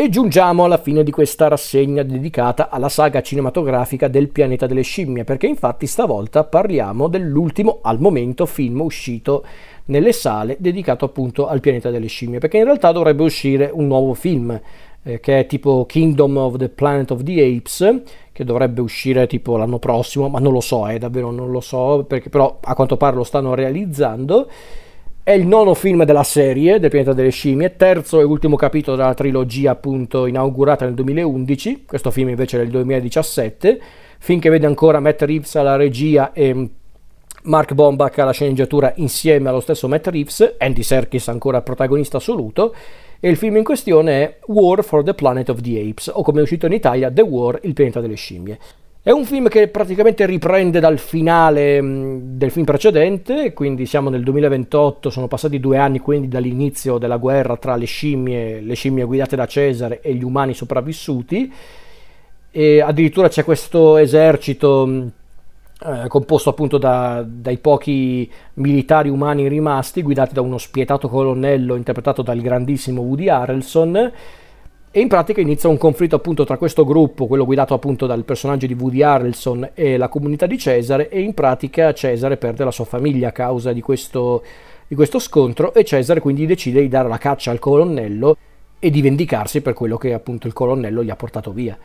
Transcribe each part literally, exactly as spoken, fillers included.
E giungiamo alla fine di questa rassegna dedicata alla saga cinematografica del Pianeta delle Scimmie, perché infatti stavolta parliamo dell'ultimo, al momento, film uscito nelle sale dedicato appunto al Pianeta delle Scimmie, perché in realtà dovrebbe uscire un nuovo film eh, che è tipo Kingdom of the Planet of the Apes, che dovrebbe uscire tipo l'anno prossimo, ma non lo so, eh, davvero non lo so, perché però a quanto pare lo stanno realizzando. È il nono film della serie del Pianeta delle Scimmie, terzo e ultimo capitolo della trilogia appunto inaugurata nel duemilaundici, questo film invece è del duemiladiciassette, film che vede ancora Matt Reeves alla regia e Mark Bombach alla sceneggiatura insieme allo stesso Matt Reeves, Andy Serkis ancora protagonista assoluto, e il film in questione è War for the Planet of the Apes, o come è uscito in Italia The War, il Pianeta delle Scimmie. È un film che praticamente riprende dal finale mh, del film precedente, quindi siamo nel duemilaventotto, sono passati due anni quindi dall'inizio della guerra tra le scimmie, le scimmie guidate da Cesare e gli umani sopravvissuti, e addirittura c'è questo esercito mh, eh, composto appunto da, dai pochi militari umani rimasti, guidati da uno spietato colonnello interpretato dal grandissimo Woody Harrelson. E in pratica inizia un conflitto appunto tra questo gruppo, quello guidato appunto dal personaggio di Woody Harrelson, e la comunità di Cesare, e in pratica Cesare perde la sua famiglia a causa di questo, di questo scontro, e Cesare quindi decide di dare la caccia al colonnello e di vendicarsi per quello che appunto il colonnello gli ha portato via.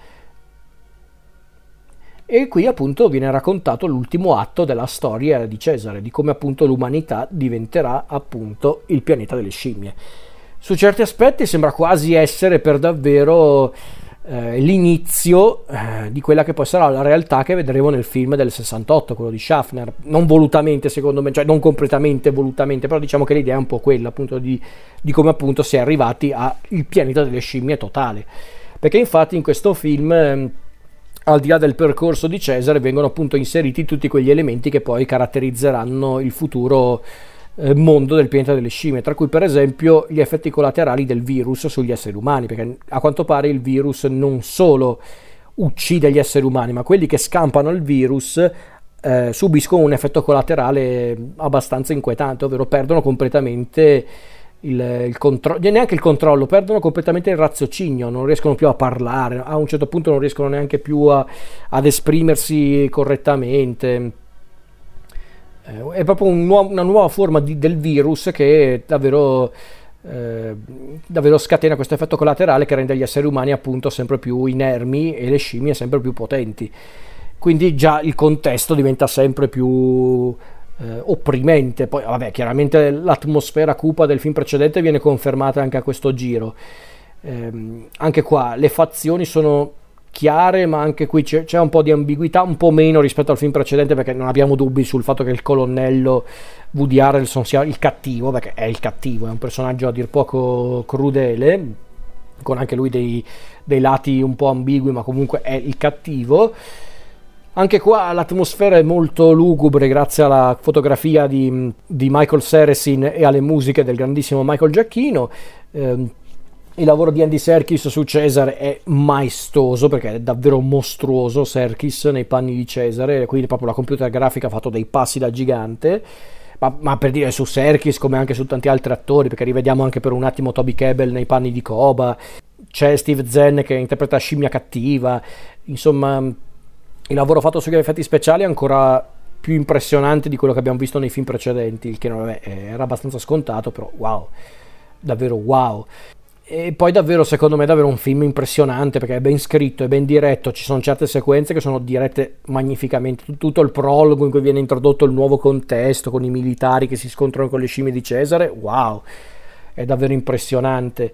E qui appunto viene raccontato l'ultimo atto della storia di Cesare, di come appunto l'umanità diventerà appunto il pianeta delle scimmie. Su certi aspetti sembra quasi essere per davvero eh, l'inizio eh, di quella che poi sarà la realtà che vedremo nel film del sessantotto, quello di Schaffner. Non volutamente, secondo me, cioè non completamente volutamente, però diciamo che l'idea è un po' quella appunto di, di come appunto si è arrivati al pianeta delle scimmie totale. Perché infatti in questo film, eh, al di là del percorso di Cesare, vengono appunto inseriti tutti quegli elementi che poi caratterizzeranno il futuro mondo del pianeta delle scimmie, tra cui per esempio gli effetti collaterali del virus sugli esseri umani, perché a quanto pare il virus non solo uccide gli esseri umani, ma quelli che scampano il virus eh, subiscono un effetto collaterale abbastanza inquietante, ovvero perdono completamente il, il controllo, neanche il controllo, perdono completamente il raziocinio, non riescono più a parlare, a un certo punto non riescono neanche più a, ad esprimersi correttamente. È proprio un nuovo, una nuova forma di, del virus che davvero, eh, davvero scatena questo effetto collaterale che rende gli esseri umani appunto sempre più inermi e le scimmie sempre più potenti. Quindi già il contesto diventa sempre più eh, opprimente. Poi vabbè, chiaramente l'atmosfera cupa del film precedente viene confermata anche a questo giro. Eh, anche qua le fazioni sono chiare, ma anche qui c'è, c'è un po' di ambiguità, un po' meno rispetto al film precedente, perché non abbiamo dubbi sul fatto che il colonnello Woody Harrelson sia il cattivo, perché è il cattivo, è un personaggio a dir poco crudele, con anche lui dei, dei lati un po' ambigui, ma comunque è il cattivo. Anche qua l'atmosfera è molto lugubre grazie alla fotografia di, di Michael Ceresin e alle musiche del grandissimo Michael Giacchino. eh, Il lavoro di Andy Serkis su Cesare è maestoso, perché è davvero mostruoso Serkis nei panni di Cesare, quindi proprio la computer grafica ha fatto dei passi da gigante, ma, ma per dire su Serkis come anche su tanti altri attori, perché rivediamo anche per un attimo Toby Kebbell nei panni di Koba, c'è Steve Zahn che interpreta Scimmia Cattiva, insomma il lavoro fatto sugli effetti speciali è ancora più impressionante di quello che abbiamo visto nei film precedenti, il che vabbè, era abbastanza scontato, però wow, davvero wow. E poi davvero, secondo me, è davvero un film impressionante, perché è ben scritto, è ben diretto, ci sono certe sequenze che sono dirette magnificamente, tutto il prologo in cui viene introdotto il nuovo contesto con i militari che si scontrano con le scimmie di Cesare, wow, è davvero impressionante.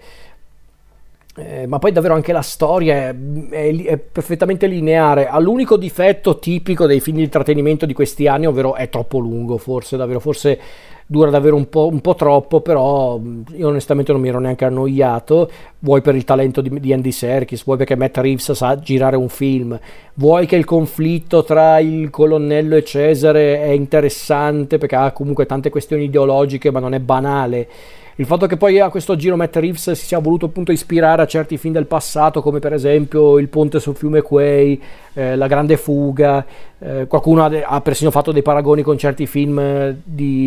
Eh, ma poi davvero anche la storia è, è, è perfettamente lineare, ha l'unico difetto tipico dei film di intrattenimento di questi anni, ovvero è troppo lungo, forse davvero, forse dura davvero un po', un po' troppo, però io onestamente non mi ero neanche annoiato, vuoi per il talento di, di Andy Serkis, vuoi perché Matt Reeves sa girare un film, vuoi che il conflitto tra il colonnello e Cesare è interessante perché ha comunque tante questioni ideologiche, ma non è banale. Il fatto che poi a questo giro Matt Reeves si sia voluto appunto ispirare a certi film del passato, come per esempio Il ponte sul fiume Quay, eh, La grande fuga, eh, qualcuno ha, ha persino fatto dei paragoni con certi film di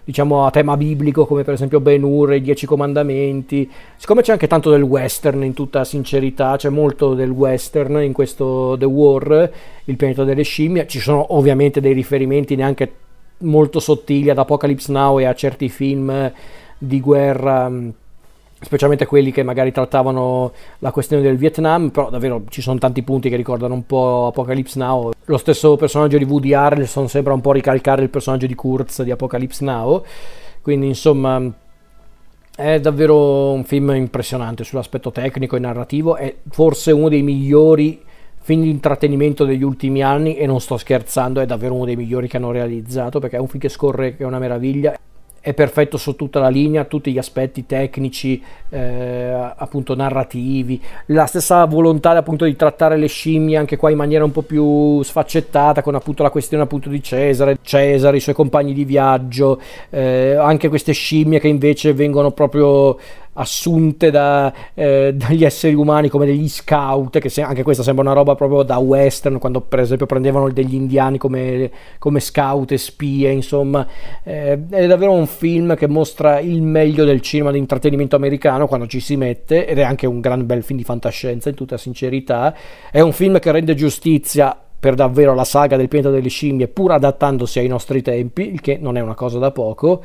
diciamo a tema biblico, come per esempio Ben Hur e i Dieci Comandamenti. Siccome c'è anche tanto del western, in tutta sincerità, c'è molto del western in questo The War, il pianeta delle scimmie, ci sono ovviamente dei riferimenti neanche molto sottili ad Apocalypse Now e a certi film di guerra, specialmente quelli che magari trattavano la questione del Vietnam, però davvero ci sono tanti punti che ricordano un po' Apocalypse Now. Lo stesso personaggio di Woody Harrelson sembra un po' ricalcare il personaggio di Kurtz di Apocalypse Now, quindi insomma è davvero un film impressionante sull'aspetto tecnico e narrativo, è forse uno dei migliori film di intrattenimento degli ultimi anni, e non sto scherzando, è davvero uno dei migliori che hanno realizzato, perché è un film che scorre, che è una meraviglia, è perfetto su tutta la linea, tutti gli aspetti tecnici, eh, appunto narrativi, la stessa volontà appunto di trattare le scimmie anche qua in maniera un po' più sfaccettata, con appunto la questione appunto di Cesare, Cesare, i suoi compagni di viaggio, eh, anche queste scimmie che invece vengono proprio assunte da, eh, dagli esseri umani come degli scout, che se, anche questa sembra una roba proprio da western, quando per esempio prendevano degli indiani come, come scout e spie, insomma eh, è davvero un film che mostra il meglio del cinema di intrattenimento americano quando ci si mette, ed è anche un gran bel film di fantascienza in tutta sincerità. È un film che rende giustizia per davvero la saga del pianeta delle scimmie, pur adattandosi ai nostri tempi, il che non è una cosa da poco.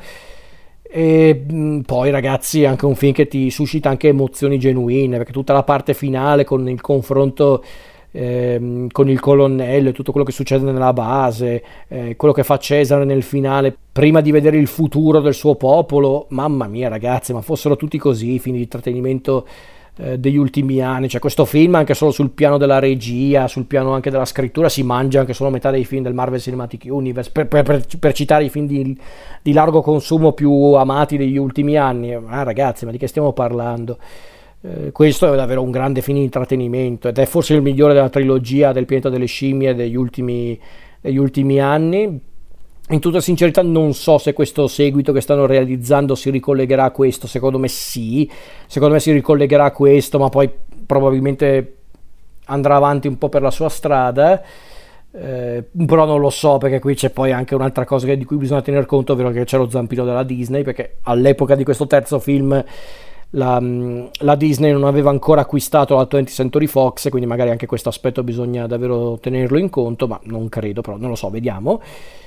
E poi ragazzi è anche un film che ti suscita anche emozioni genuine, perché tutta la parte finale con il confronto ehm, con il colonnello e tutto quello che succede nella base, eh, quello che fa Cesare nel finale prima di vedere il futuro del suo popolo, mamma mia ragazzi, ma fossero tutti così i film di intrattenimento eh, degli ultimi anni. Cioè questo film anche solo sul piano della regia, sul piano anche della scrittura, si mangia anche solo metà dei film del Marvel Cinematic Universe, per, per, per, per citare i film di, di largo consumo più amati degli ultimi anni. Ah ragazzi, ma di che stiamo parlando? Eh, questo è davvero un grande film di intrattenimento, ed è forse il migliore della trilogia del pianeta delle scimmie degli ultimi, degli ultimi anni. In tutta sincerità non so se questo seguito che stanno realizzando si ricollegherà a questo, secondo me sì, secondo me si ricollegherà a questo, ma poi probabilmente andrà avanti un po' per la sua strada, eh, però non lo so, perché qui c'è poi anche un'altra cosa di cui bisogna tener conto, ovvero che c'è lo zampino della Disney, perché all'epoca di questo terzo film la, la Disney non aveva ancora acquistato la twentieth Century Fox, quindi magari anche questo aspetto bisogna davvero tenerlo in conto, ma non credo, però non lo so, vediamo.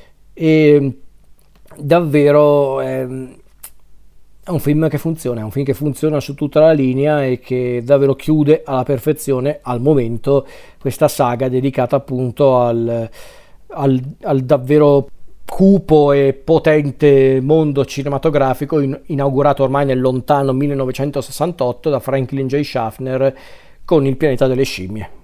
E davvero è, è un film che funziona, è un film che funziona su tutta la linea e che davvero chiude alla perfezione al momento questa saga dedicata appunto al, al, al davvero cupo e potente mondo cinematografico in, inaugurato ormai nel lontano millenovecentosessantotto da Franklin J. Schaffner con Il pianeta delle scimmie.